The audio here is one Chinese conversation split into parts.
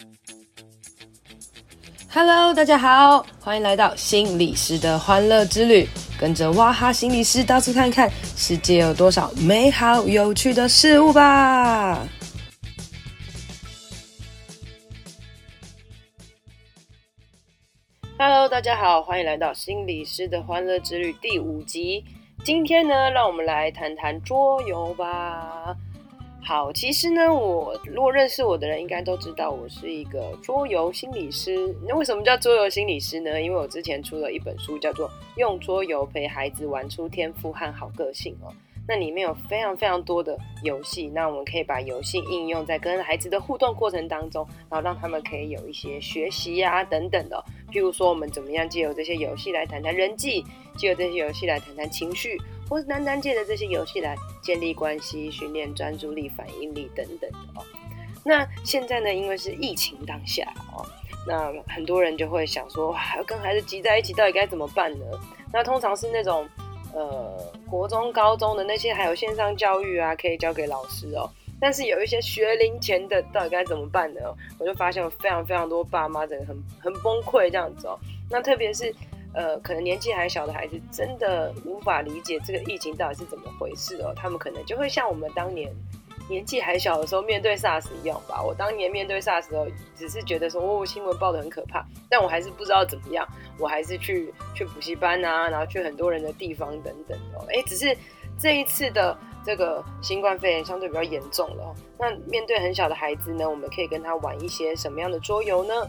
Hello， 大家好，欢迎来到心理师的欢乐之旅，跟着哇哈心理师到处看看世界有多少美好有趣的事物吧。Hello， 大家好，欢迎来到心理师的欢乐之旅第5集。今天呢，让我们来谈谈桌游吧。好，其实呢，如果认识我的人应该都知道我是一个桌游心理师。那为什么叫桌游心理师呢？因为我之前出了一本书叫做《用桌游陪孩子玩出天赋和好个性》哦。那里面有非常非常多的游戏，那我们可以把游戏应用在跟孩子的互动过程当中，然后让他们可以有一些学习啊等等的。譬如说我们怎么样借由这些游戏来谈谈人际，借由这些游戏来谈谈情绪，或是单借的这些游戏来建立关系、训练专注力、反应力等等的哦。那现在呢，因为是疫情当下哦，那很多人就会想说，要跟孩子挤在一起，到底该怎么办呢？那通常是那种国中、高中的那些，还有线上教育啊，可以交给老师哦。但是有一些学龄前的，到底该怎么办呢？我就发现有非常非常多爸妈真的很崩溃这样子哦。那特别是可能年纪还小的孩子，真的无法理解这个疫情到底是怎么回事哦。他们可能就会像我们当年年纪还小的时候面对 SARS 一样吧。我当年面对 SARS 的时候，只是觉得说新闻报得很可怕，但我还是不知道怎么样，我还是去补习班啊，然后去很多人的地方等等哦。只是这一次的这个新冠肺炎相对比较严重了哦。那面对很小的孩子呢，我们可以跟他玩一些什么样的桌游呢？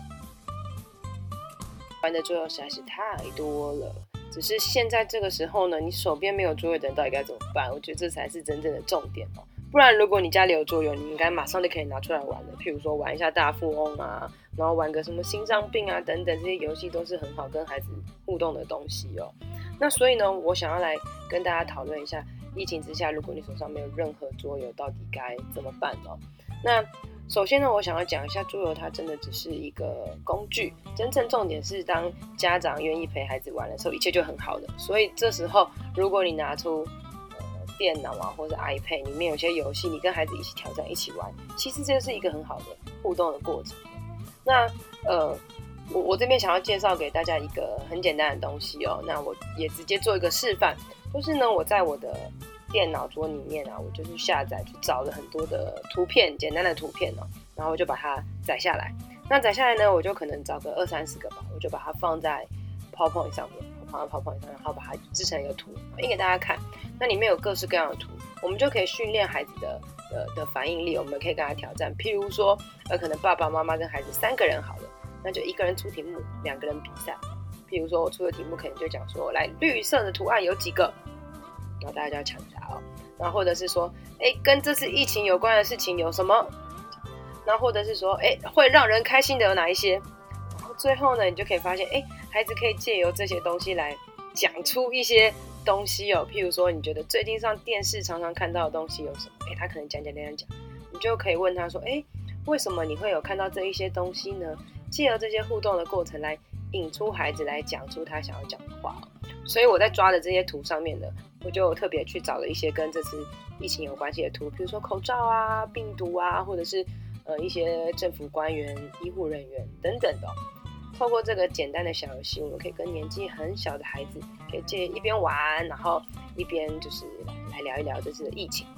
玩的桌游实在是太多了，只是现在这个时候呢，你手边没有桌游的人到底该怎么办？我觉得这才是真正的重点哦。不然如果你家里有桌游，你应该马上就可以拿出来玩的。譬如说玩一下大富翁啊，然后玩个什么心脏病啊等等，这些游戏都是很好跟孩子互动的东西哦。那所以呢，我想要来跟大家讨论一下，疫情之下，如果你手上没有任何桌游，到底该怎么办哦？那首先呢，我想要讲一下桌游，它真的只是一个工具，真正重点是当家长愿意陪孩子玩的时候，一切就很好的。所以这时候，如果你拿出电脑啊，或者 iPad 里面有些游戏，你跟孩子一起挑战、一起玩，其实这是一个很好的互动的过程。那我这边想要介绍给大家一个很简单的东西哦，那我也直接做一个示范，就是呢，我在我的电脑桌里面啊，我就去下载，去找了很多的图片，简单的图片哦，然后我就把它载下来。那载下来呢，我就可能找个20-30个吧，我就把它放在 PowerPoint 上面，放在 PowerPoint 上，然后把它制成一个图，印给大家看。那里面有各式各样的图，我们就可以训练孩子的反应力。我们可以跟他挑战，譬如说，可能爸爸妈妈跟孩子3个人好了，那就1个人出题目，2个人比赛。譬如说我出的题目可能就讲说，来，绿色的图案有几个？然后大家就要抢答哦。然后或者是说，跟这次疫情有关的事情有什么？然后或者是说，会让人开心的有哪一些？然后最后呢，你就可以发现，孩子可以借由这些东西来讲出一些东西哦。譬如说，你觉得最近上电视常常看到的东西有什么？他可能讲，你就可以问他说，为什么你会有看到这一些东西呢？借由这些互动的过程来引出孩子来讲出他想要讲的话哦。所以我在抓的这些图上面呢，我就特别去找了一些跟这次疫情有关系的图，比如说口罩啊、病毒啊，或者是一些政府官员、医护人员等等的哦。透过这个简单的小游戏，我们可以跟年纪很小的孩子，可以一边玩，然后一边就是来聊一聊这次的疫情。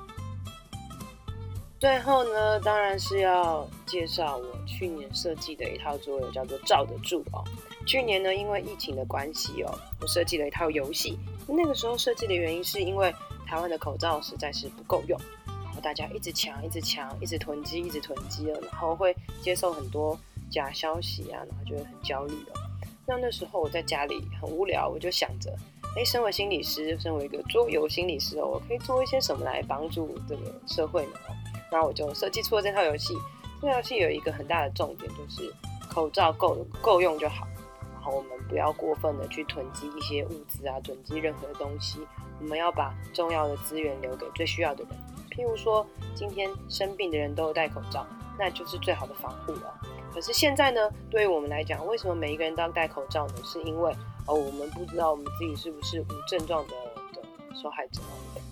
最后呢，当然是要介绍我去年设计的一套桌游，叫做罩得住哦。去年呢，因为疫情的关系哦，我设计了一套游戏。那个时候设计的原因是因为台湾的口罩实在是不够用，然后大家一直抢，一直囤积了，然后会接受很多假消息啊，然后就会很焦虑哦。那时候我在家里很无聊，我就想着，身为心理师，身为一个桌游心理师哦，我可以做一些什么来帮助这个社会呢？然后我就设计出了这套游戏。这套游戏有一个很大的重点，就是口罩够用就好，然后我们不要过分的去囤积一些物资啊，囤积任何的东西，我们要把重要的资源留给最需要的人。譬如说，今天生病的人都有戴口罩，那就是最好的防护了。可是现在呢，对于我们来讲，为什么每一个人都要戴口罩呢？是因为我们不知道我们自己是不是无症状的受害者，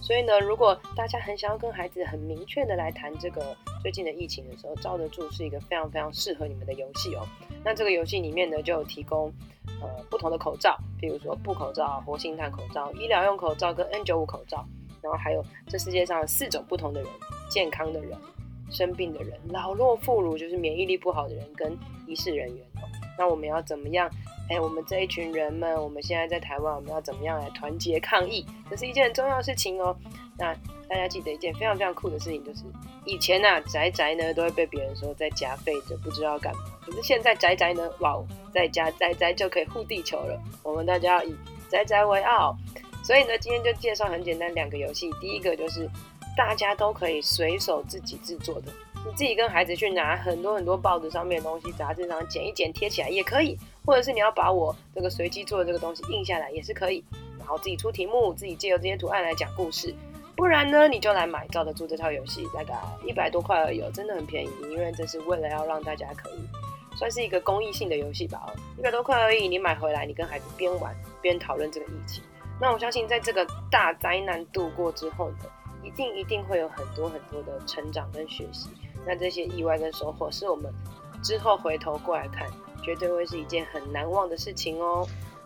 所以呢，如果大家很想要跟孩子很明确的来谈这个最近的疫情的时候，罩得住是一个非常非常适合你们的游戏哦。那这个游戏里面呢，就有提供不同的口罩，比如说布口罩、活性炭口罩、医疗用口罩跟 N95 口罩，然后还有这世界上4种不同的人：健康的人、生病的人、老弱妇孺，就是免疫力不好的人跟医事人员哦。那我们要怎么样？我们这一群人们，我们现在在台湾，我们要怎么样来团结抗疫？这是一件很重要的事情哦。那大家记得一件非常非常酷的事情，就是以前宅宅呢都会被别人说在家废着不知道干嘛，可是现在宅宅呢，哇，在家宅宅就可以护地球了。我们大家要以宅宅为傲。所以呢，今天就介绍很简单2个游戏。第一个就是大家都可以随手自己制作的，你自己跟孩子去拿很多很多报纸上面的东西、杂志上剪一剪贴起来也可以，或者是你要把我这个随机做的这个东西印下来也是可以，然后自己出题目，自己借由这些图案来讲故事。不然呢，你就来买罩得住这套游戏，大概100多块而已，真的很便宜，因为这是为了要让大家可以算是一个公益性的游戏吧，100多块而已，你买回来，你跟孩子边玩边讨论这个疫情。那我相信在这个大灾难度过之后呢，一定会有很多很多的成长跟学习。那这些意外跟收获是我们之后回头过来看，绝对会是一件很难忘的事情哦。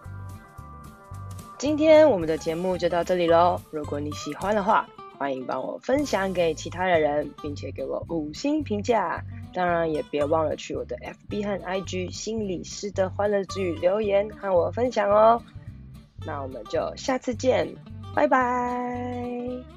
今天我们的节目就到这里咯，如果你喜欢的话，欢迎帮我分享给其他的人，并且给我5星评价。当然也别忘了去我的 FB 和 IG 心理师的欢乐之语留言和我分享哦。那我们就下次见，拜拜。